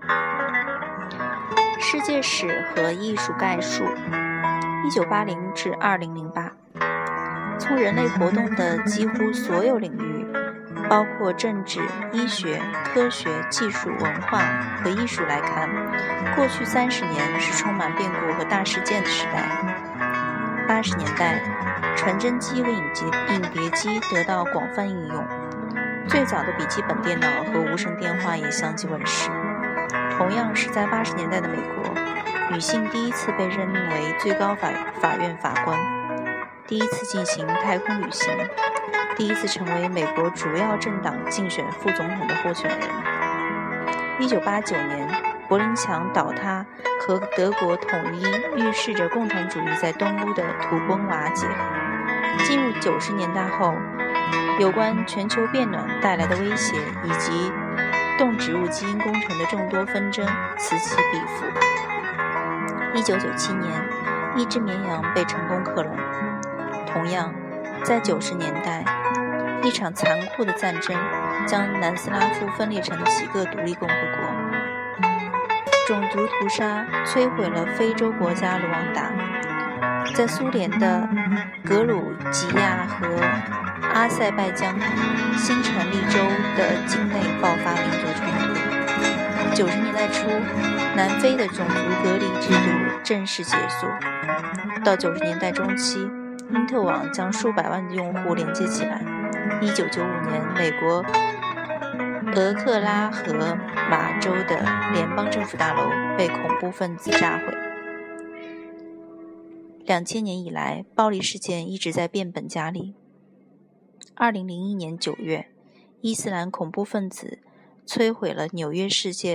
世界史和艺术概述1980至2008，从人类活动的几乎所有领域，包括政治、医学、科学、技术、文化和艺术来看，过去30年是充满变故和大事件的时代。80年代，传真机和影碟机得到广泛应用，最早的笔记本电脑和无绳电话也相继问世。同样是在80年代的美国，女性第一次被任命为最高法院法官，第一次进行太空旅行，第一次成为美国主要政党竞选副总统的候选人。1989年，柏林墙倒塌和德国统一预示着共产主义在东欧的土崩瓦解。进入90年代后，有关全球变暖带来的威胁以及动植物基因工程的众多纷争此起彼伏。1997年，一只绵羊被成功克隆。同样，在90年代，一场残酷的战争将南斯拉夫分裂成几个独立共和国，种族屠杀摧毁了非洲国家卢旺达，在苏联的格鲁吉亚和阿塞拜疆新成立州的境内爆发民族冲突。90年代初，南非的种族隔离制度正式结束。到90年代中期，因特网将数百万的用户连接起来。1995年，美国俄克拉荷马州的联邦政府大楼被恐怖分子炸毁。2000年以来，暴力事件一直在变本加厉。2001年9月，伊斯兰恐怖分子摧毁了纽约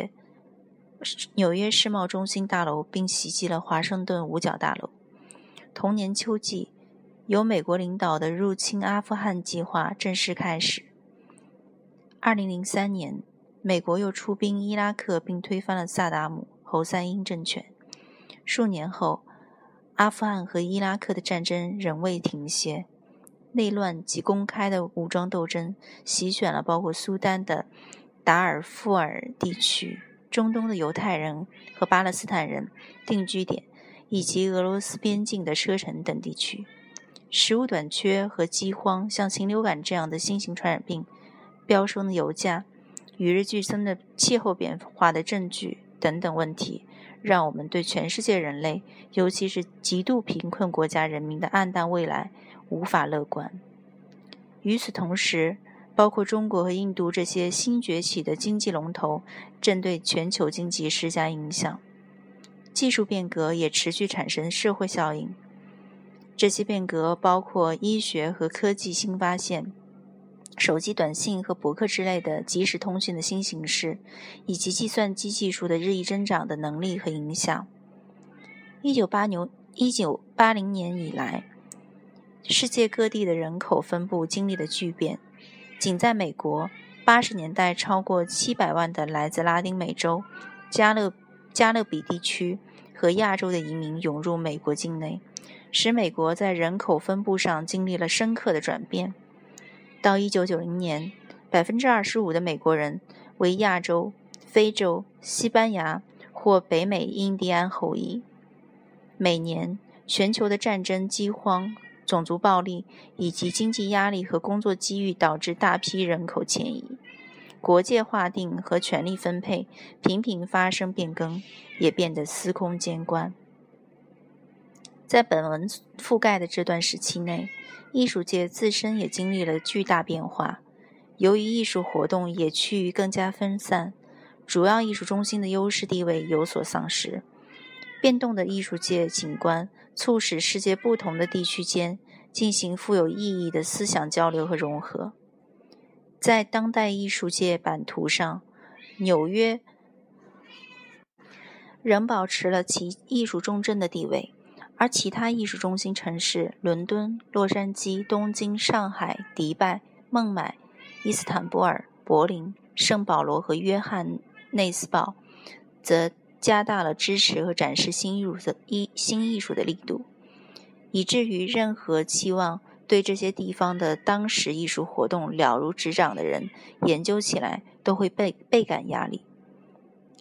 世贸中心大楼，并袭击了华盛顿五角大楼。同年秋季，由美国领导的入侵阿富汗计划正式开始。2003年，美国又出兵伊拉克并推翻了萨达姆·侯赛因政权。数年后，阿富汗和伊拉克的战争仍未停歇，内乱及公开的武装斗争席卷了包括苏丹的达尔富尔地区、中东的犹太人和巴勒斯坦人定居点，以及俄罗斯边境的车臣等地区。食物短缺和饥荒，像禽流感这样的新型传染病，飙升的油价，与日俱增的气候变化的证据等等问题，让我们对全世界人类，尤其是极度贫困国家人民的暗淡未来无法乐观。与此同时，包括中国和印度这些新崛起的经济龙头正对全球经济施加影响。技术变革也持续产生社会效应，这些变革包括医学和科技新发现、手机短信和博客之类的即时通讯的新形式，以及计算机技术的日益增长的能力和影响。1980年以来，世界各地的人口分布经历了巨变。仅在美国，80年代超过700万的来自拉丁美洲、加勒比地区和亚洲的移民涌入美国境内，使美国在人口分布上经历了深刻的转变。到1990年，25%的美国人为亚洲、非洲、西班牙或北美印第安后裔。每年，全球的战争、饥荒、种族暴力以及经济压力和工作机遇导致大批人口迁移，国界划定和权力分配频频发生变更，也变得司空见惯。在本文覆盖的这段时期内，艺术界自身也经历了巨大变化。由于艺术活动也趋于更加分散，主要艺术中心的优势地位有所丧失。变动的艺术界景观促使世界不同的地区间进行富有意义的思想交流和融合。在当代艺术界版图上，纽约仍保持了其艺术重镇的地位，而其他艺术中心城市伦敦、洛杉矶、东京、上海、迪拜、孟买、伊斯坦布尔、柏林、圣保罗和约翰内斯堡则加大了支持和展示新艺术的力度，以至于任何期望对这些地方的当时艺术活动了如指掌的人研究起来都会倍感压力。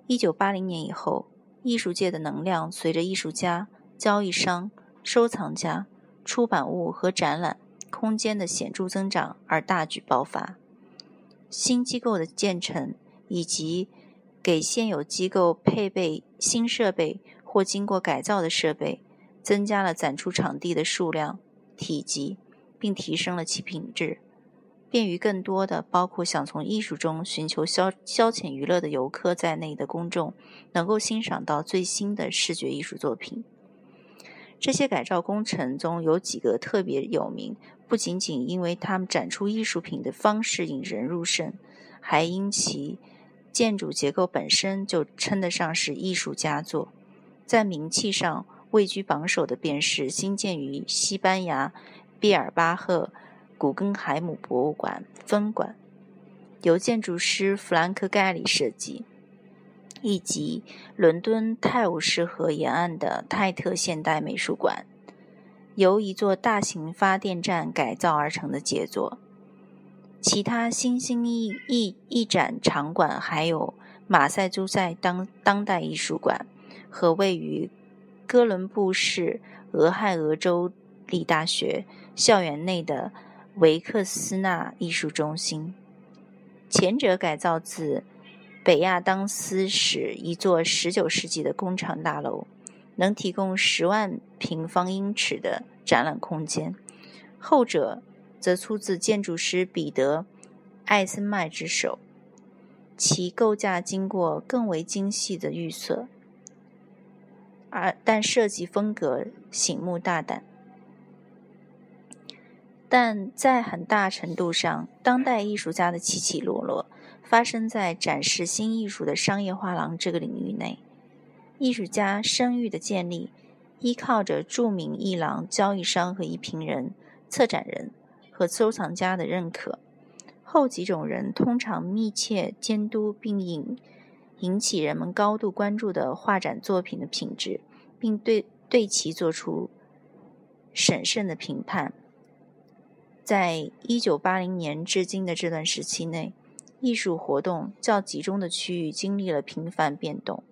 1980年以后，艺术界的能量随着艺术家、交易商、收藏家、出版物和展览空间的显著增长而大举爆发。新机构的建成以及给现有机构配备新设备或经过改造的设备，增加了展出场地的数量、体积，并提升了其品质，便于更多的包括想从艺术中寻求消遣娱乐的游客在内的公众能够欣赏到最新的视觉艺术作品。这些改造工程中有几个特别有名，不仅仅因为他们展出艺术品的方式引人入胜，还因其建筑结构本身就称得上是艺术佳作。在名气上位居榜首的便是新建于西班牙毕尔巴赫古根海姆博物馆分馆，由建筑师弗兰克·盖里设计，以及伦敦泰晤士河沿岸的泰特现代美术馆，由一座大型发电站改造而成的杰作。其他新兴艺展场馆还有马赛诸塞当代艺术馆和位于哥伦布市俄亥俄州立大学校园内的维克斯纳艺术中心。前者改造自北亚当斯市一座19世纪的工厂大楼，能提供10万平方英尺的展览空间，后者则出自建筑师彼得·艾森迈之手，其构架经过更为精细的预测，但设计风格醒目大胆。但在很大程度上，当代艺术家的起起落落发生在展示新艺术的商业画廊这个领域内。艺术家声誉的建立依靠着著名艺廊交易商和艺评人、策展人和收藏家的认可，后几种人通常密切监督并引起人们高度关注的画展作品的品质，并对其做出审慎的评判。在1980年至今的这段时期内，艺术活动较集中的区域经历了频繁变动。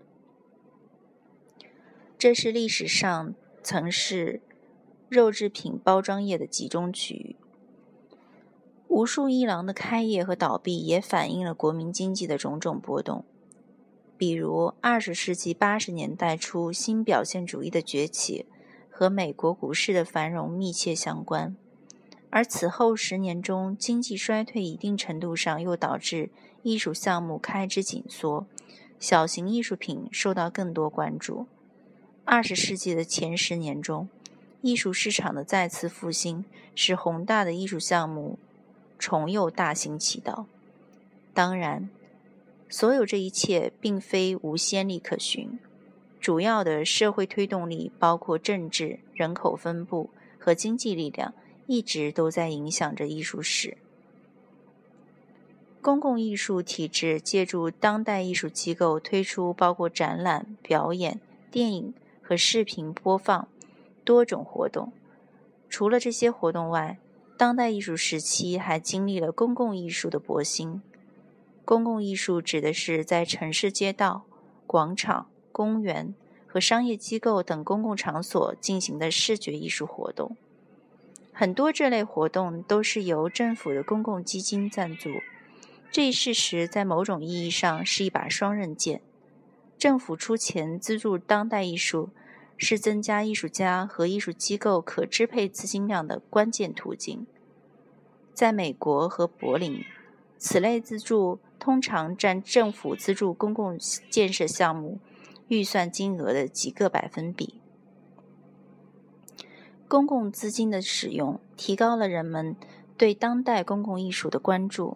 这是历史上曾是肉制品包装业的集中区域。无数艺廊的开业和倒闭也反映了国民经济的种种波动。比如20世纪80年代初新表现主义的崛起和美国股市的繁荣密切相关，而此后10年中经济衰退一定程度上又导致艺术项目开支紧缩，小型艺术品受到更多关注。20世纪的前10年中，艺术市场的再次复兴使宏大的艺术项目重又大行其道。当然，所有这一切并非无先例可循，主要的社会推动力包括政治、人口分布和经济力量，一直都在影响着艺术史。公共艺术体制借助当代艺术机构推出包括展览、表演、电影和视频播放多种活动。除了这些活动外，当代艺术时期还经历了公共艺术的勃兴。公共艺术指的是在城市街道、广场、公园和商业机构等公共场所进行的视觉艺术活动。很多这类活动都是由政府的公共基金赞助，这一事实在某种意义上是一把双刃剑。政府出钱资助当代艺术，是增加艺术家和艺术机构可支配资金量的关键途径。在美国和柏林，此类资助通常占政府资助公共建设项目预算金额的几个百分比。公共资金的使用提高了人们对当代公共艺术的关注。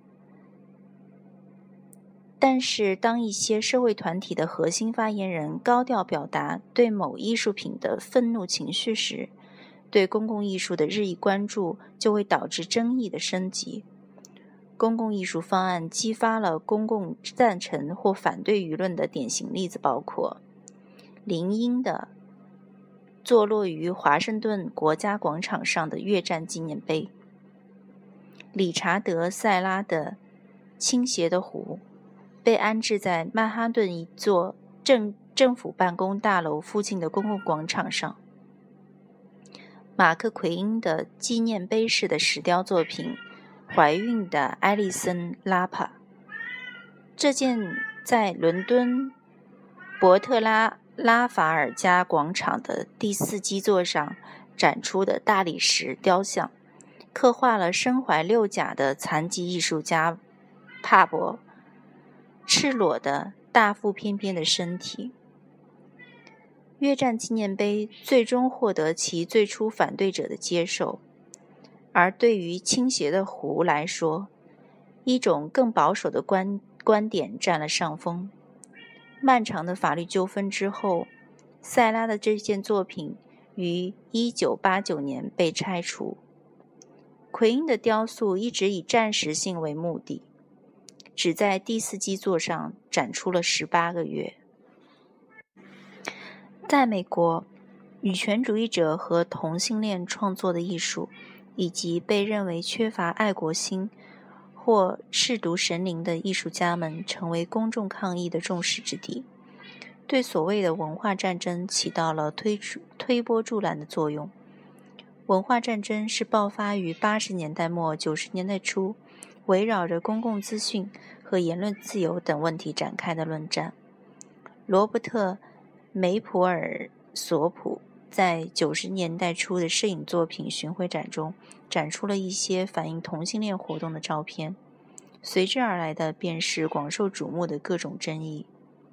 但是当一些社会团体的核心发言人高调表达对某艺术品的愤怒情绪时，对公共艺术的日益关注就会导致争议的升级。公共艺术方案激发了公共赞成或反对舆论的典型例子包括林荫的坐落于华盛顿国家广场上的越战纪念碑，理查德·塞拉的倾斜的湖， 被安置在曼哈顿一座政府办公大楼附近的公共广场上。马克·奎因的纪念碑式的石雕作品《怀孕的艾丽森·拉帕》，这件在伦敦伯特拉法尔加广场的第4基座上展出的大理石雕像，刻画了身怀6甲的残疾艺术家帕博赤裸的大腹翩翩的身体。越战纪念碑最终获得其最初反对者的接受，而对于倾斜的湖来说，一种更保守的观点占了上风。漫长的法律纠纷之后，塞拉的这件作品于1989年被拆除。奎因的雕塑一直以暂时性为目的，只在第4基座上展出了18个月。在美国，女权主义者和同性恋创作的艺术，以及被认为缺乏爱国心或亵渎神灵的艺术家们，成为公众抗议的众矢之的，对所谓的文化战争起到了推波助澜的作用。文化战争是爆发于80年代末90年代初，围绕着公共资讯和言论自由等问题展开的论战。罗伯特·梅普尔索普在90年代初的摄影作品巡回展中展出了一些反映同性恋活动的照片，随之而来的便是广受瞩目的各种争议。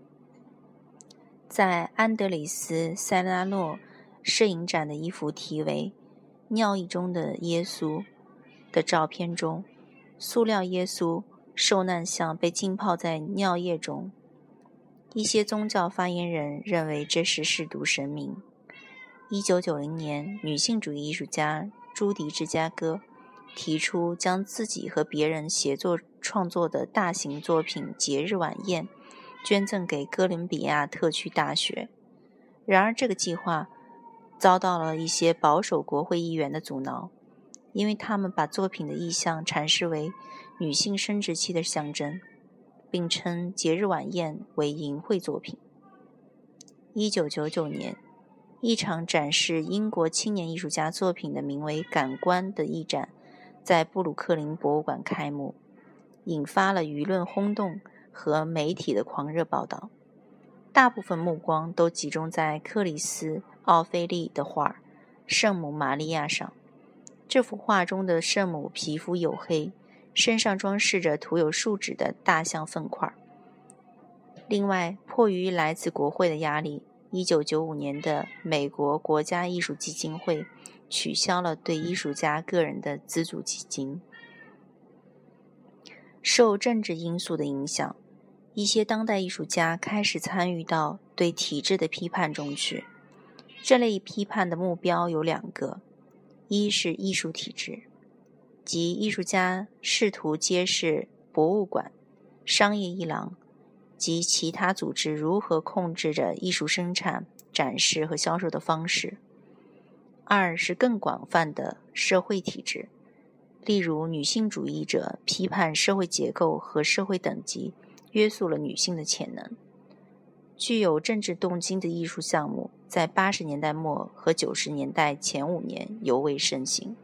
在安德里斯·塞拉诺摄影展的一幅题为《尿液中的耶稣》的照片中，塑料耶稣受难像被浸泡在尿液中。一些宗教发言人认为这是亵渎神明。1990年，女性主义艺术家朱迪·芝加哥提出将自己和别人协作创作的大型作品《节日晚宴》捐赠给哥伦比亚特区大学。然而，这个计划遭到了一些保守国会议员的阻挠，因为他们把作品的意象阐释为女性生殖器的象征，并称《节日晚宴》为淫秽作品。1999年，一场展示英国青年艺术家作品的名为《感官》的艺展在布鲁克林博物馆开幕，引发了舆论轰动和媒体的狂热报道。大部分目光都集中在克里斯·奥菲利的画《圣母玛利亚》上。这幅画中的圣母皮肤黝黑，身上装饰着涂有树脂的大象粪块。另外，迫于来自国会的压力，1995年的美国国家艺术基金会取消了对艺术家个人的资助基金。受政治因素的影响，一些当代艺术家开始参与到对体制的批判中去。这类批判的目标有2个，一是艺术体制，即艺术家试图揭示博物馆、商业艺廊及其他组织如何控制着艺术生产、展示和销售的方式。2是更广泛的社会体制，例如女性主义者批判社会结构和社会等级约束了女性的潜能。具有政治动机的艺术项目在80年代末和90年代前5年尤为盛行。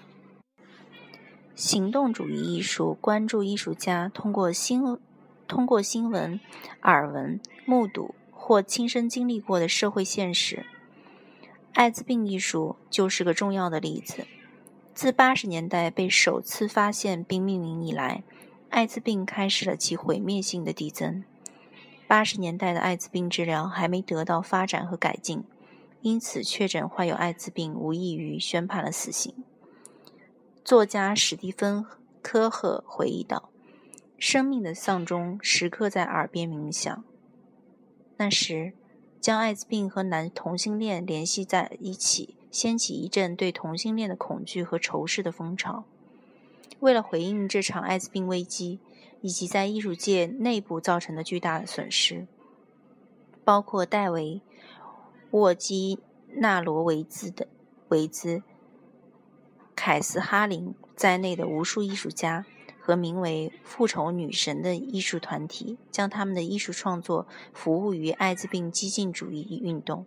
行动主义艺术关注艺术家通过新闻、耳闻、目睹或亲身经历过的社会现实。艾滋病艺术就是个重要的例子。自80年代被首次发现并命名以来，艾滋病开始了其毁灭性的递增。80年代的艾滋病治疗还没得到发展和改进，因此确诊患有艾滋病无异于宣判了死刑。作家史蒂芬·科赫回忆道，生命的丧钟时刻在耳边鸣响。那时，将艾滋病和男同性恋联系在一起，掀起一阵对同性恋的恐惧和仇视的风潮。为了回应这场艾滋病危机以及在艺术界内部造成的巨大的损失，包括戴维·沃基纳罗维兹、凯斯哈林在内的无数艺术家和和名为复仇女神的艺术团体，将他们的艺术创作服务于艾滋病激进主义运动，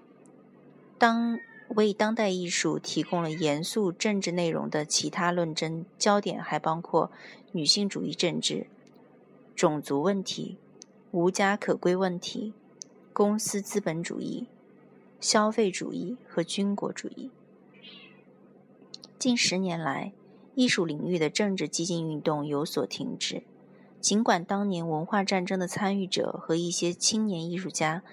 为当代艺术提供了严肃政治内容的其他论争，焦点还包括女性主义政治、种族问题、无家可归问题、公司资本主义、消费主义和军国主义。近10年来，艺术领域的政治激进运动有所停滞，尽管当年文化战争的参与者和一些青年艺术家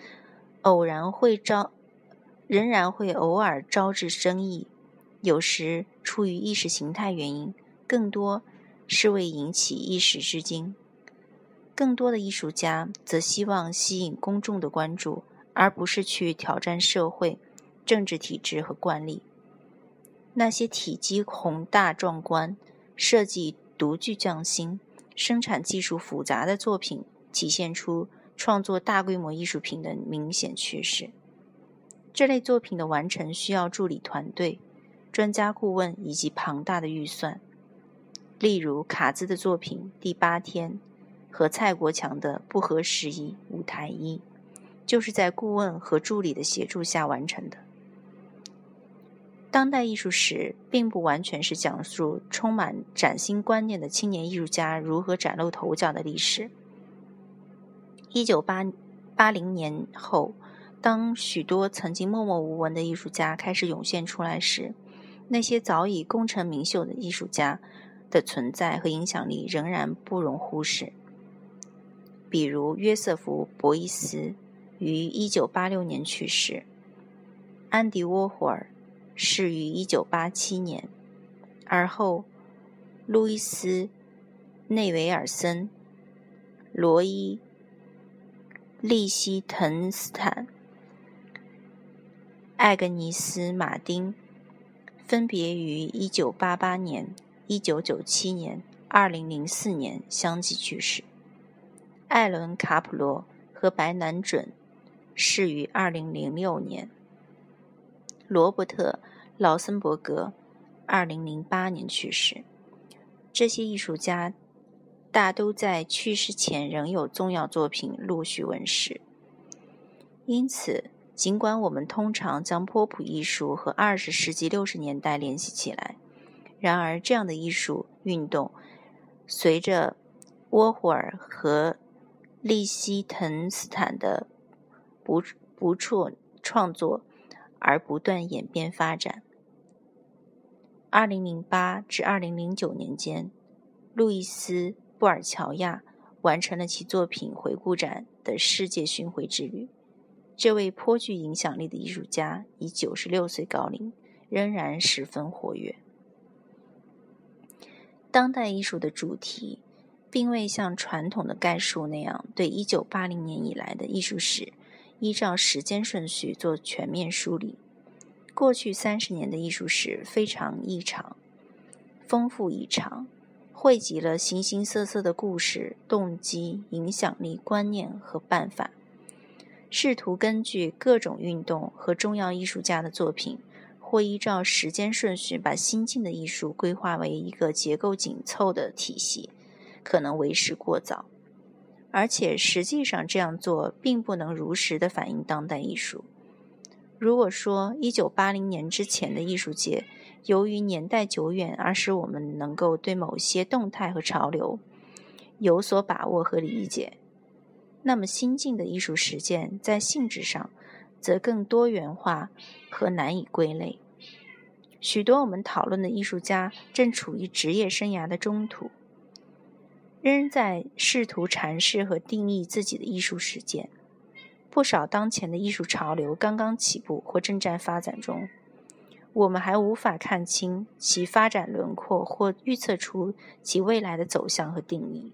仍然会偶尔招致争议，有时出于意识形态原因，更多是为引起一时之惊。更多的艺术家则希望吸引公众的关注，而不是去挑战社会、政治体制和惯例。那些体积宏大壮观、设计独具匠心、生产技术复杂的作品，体现出创作大规模艺术品的明显趋势。这类作品的完成需要助理团队、专家顾问以及庞大的预算。例如卡兹的作品《第8天》和蔡国强的《不合时宜》舞台1，就是在顾问和助理的协助下完成的。当代艺术史并不完全是讲述充满崭新观念的青年艺术家如何崭露头角的历史。1980年后，当许多曾经默默无闻的艺术家开始涌现出来时，那些早已功成名就的艺术家的存在和影响力仍然不容忽视。比如约瑟夫·博伊斯于1986年去世，安迪·沃霍尔逝于1987年，而后路易斯·内维尔森、罗伊·利希滕斯坦、艾格尼斯·马丁分别于1988年、1997年、2004年相继去世。艾伦·卡普罗和白南准逝于2006年。罗伯特·劳森伯格2008年去世。这些艺术家大都在去世前仍有重要作品陆续问世。因此，尽管我们通常将波普艺术和20世纪60年代联系起来，然而这样的艺术运动随着沃霍尔和利希滕斯坦的不辍创作而不断演变发展。2008至2009年间，路易斯·布尔乔亚完成了其作品回顾展的世界巡回之旅。这位颇具影响力的艺术家以96岁高龄仍然十分活跃。当代艺术的主题并未像传统的概述那样对1980年以来的艺术史依照时间顺序做全面梳理。过去30年的艺术史非常异常，丰富异常，汇集了形形色色的故事、动机、影响力、观念和办法，试图根据各种运动和重要艺术家的作品，或依照时间顺序把新进的艺术规划为一个结构紧凑的体系，可能为时过早。而且实际上这样做并不能如实地反映当代艺术。如果说1980年之前的艺术界由于年代久远而使我们能够对某些动态和潮流有所把握和理解，那么新进的艺术实践在性质上则更多元化和难以归类。许多我们讨论的艺术家正处于职业生涯的中途，仍在试图阐释和定义自己的艺术实践。不少当前的艺术潮流刚刚起步或正在发展中，我们还无法看清其发展轮廓或预测出其未来的走向和定义。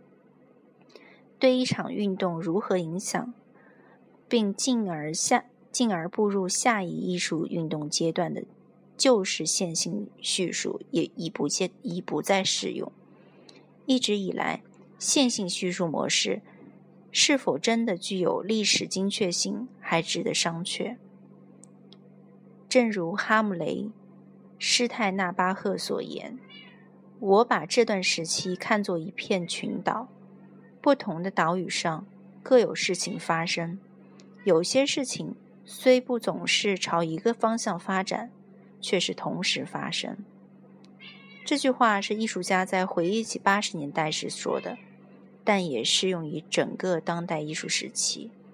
对一场运动如何影响，并进而步入下一艺术运动阶段的旧式线性叙述也已不再适用。一直以来，线性叙述模式是否真的具有历史精确性，还值得商榷。正如哈姆雷·施泰纳巴赫所言， 我把这段时期看作一片群岛，不同的岛屿上各有事情发生，有些事情虽不总是朝一个方向发展，却是同时发生。这句话是艺术家在回忆起80年代时说的，但也适用于整个当代艺术时期。